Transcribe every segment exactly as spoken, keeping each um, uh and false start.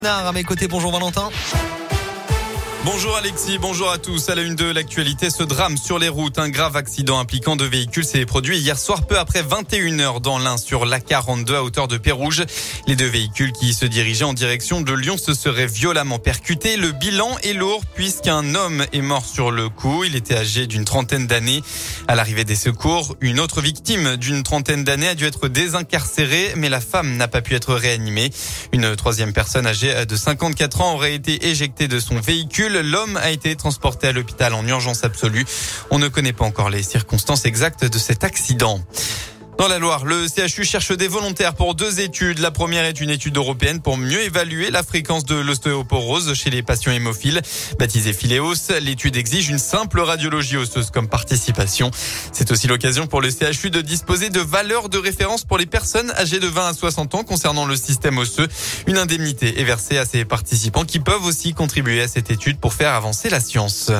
À mes côtés, bonjour Valentin. Bonjour Alexis, bonjour à tous. À la une de l'actualité, ce drame sur les routes. Un grave accident impliquant deux véhicules s'est produit hier soir peu après vingt et une heures dans l'Ain sur l'A quarante-deux à hauteur de Pérouges. Les deux véhicules qui se dirigeaient en direction de Lyon se seraient violemment percutés. Le bilan est lourd puisqu'un homme est mort sur le coup. Il était âgé d'une trentaine d'années. À l'arrivée des secours, une autre victime d'une trentaine d'années a dû être désincarcérée, mais la femme n'a pas pu être réanimée. Une troisième personne âgée de cinquante-quatre ans aurait été éjectée de son véhicule. L'homme a été transporté à l'hôpital en urgence absolue. On ne connaît pas encore les circonstances exactes de cet accident. Dans la Loire, le C H U cherche des volontaires pour deux études. La première est une étude européenne pour mieux évaluer la fréquence de l'ostéoporose chez les patients hémophiles. Baptisée Phileos, l'étude exige une simple radiologie osseuse comme participation. C'est aussi l'occasion pour le C H U de disposer de valeurs de référence pour les personnes âgées de vingt à soixante ans concernant le système osseux. Une indemnité est versée à ces participants qui peuvent aussi contribuer à cette étude pour faire avancer la science.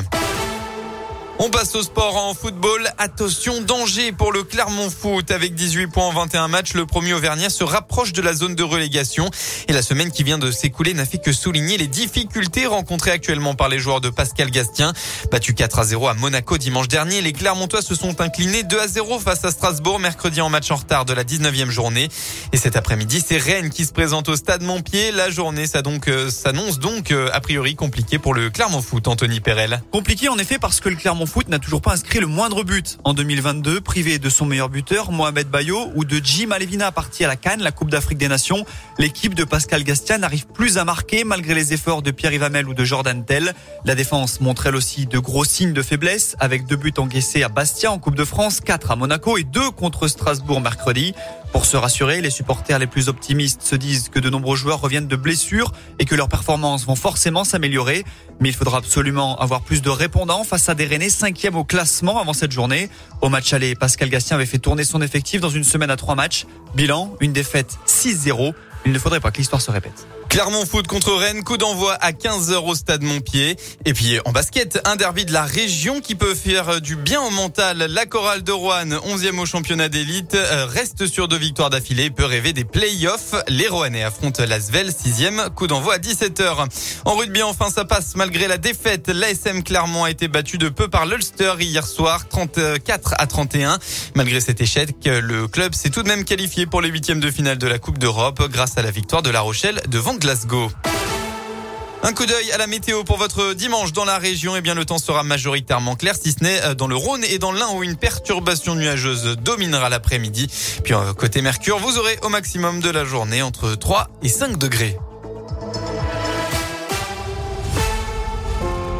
On passe au sport en football. Attention, danger pour le Clermont Foot. Avec dix-huit points en vingt et un matchs, le premier auvergnat se rapproche de la zone de relégation. Et la semaine qui vient de s'écouler n'a fait que souligner les difficultés rencontrées actuellement par les joueurs de Pascal Gastien. Battu quatre à zéro à Monaco dimanche dernier, les Clermontois se sont inclinés deux à zéro face à Strasbourg mercredi en match en retard de la dix-neuvième journée. Et cet après-midi, c'est Rennes qui se présente au stade Montpied. La journée ça donc, euh, s'annonce donc euh, a priori compliquée pour le Clermont Foot. Anthony Perel. Compliqué en effet parce que le Clermont Foot n'a toujours pas inscrit le moindre but. En deux mille vingt-deux, privé de son meilleur buteur, Mohamed Bayo, ou de Jim Alevina parti à la CAN, la Coupe d'Afrique des Nations, l'équipe de Pascal Gastien n'arrive plus à marquer malgré les efforts de Pierre Ivamel ou de Jordan Tell. La défense montre elle aussi de gros signes de faiblesse, avec deux buts encaissés à Bastia en Coupe de France, quatre à Monaco et deux contre Strasbourg mercredi. Pour se rassurer, les supporters les plus optimistes se disent que de nombreux joueurs reviennent de blessures et que leurs performances vont forcément s'améliorer. Mais il faudra absolument avoir plus de répondants face à des Rennais cinquième au classement avant cette journée. Au match aller, Pascal Gastien avait fait tourner son effectif dans une semaine à trois matchs. Bilan, une défaite six zéro. Il ne faudrait pas que l'histoire se répète. Clermont Foot contre Rennes, coup d'envoi à quinze heures au stade Montpied. Et puis en basket, un derby de la région qui peut faire du bien au mental. La chorale de Roanne, onzième au championnat d'élite, reste sur deux victoires d'affilée et peut rêver des play-offs. Les Roannais affrontent l'Asvel, sixième, coup d'envoi à dix-sept heures. En rugby, enfin, ça passe malgré la défaite. L'A S M Clermont a été battu de peu par l'Ulster hier soir, trente-quatre à trente et un. Malgré cet échec, le club s'est tout de même qualifié pour les huitièmes de finale de la Coupe d'Europe grâce à la victoire de La Rochelle devant Glasgow. Un coup d'œil à la météo pour votre dimanche dans la région. Eh bien, le temps sera majoritairement clair, si ce n'est dans le Rhône et dans l'Ain où une perturbation nuageuse dominera l'après-midi. Puis, côté Mercure, vous aurez au maximum de la journée entre trois et cinq degrés.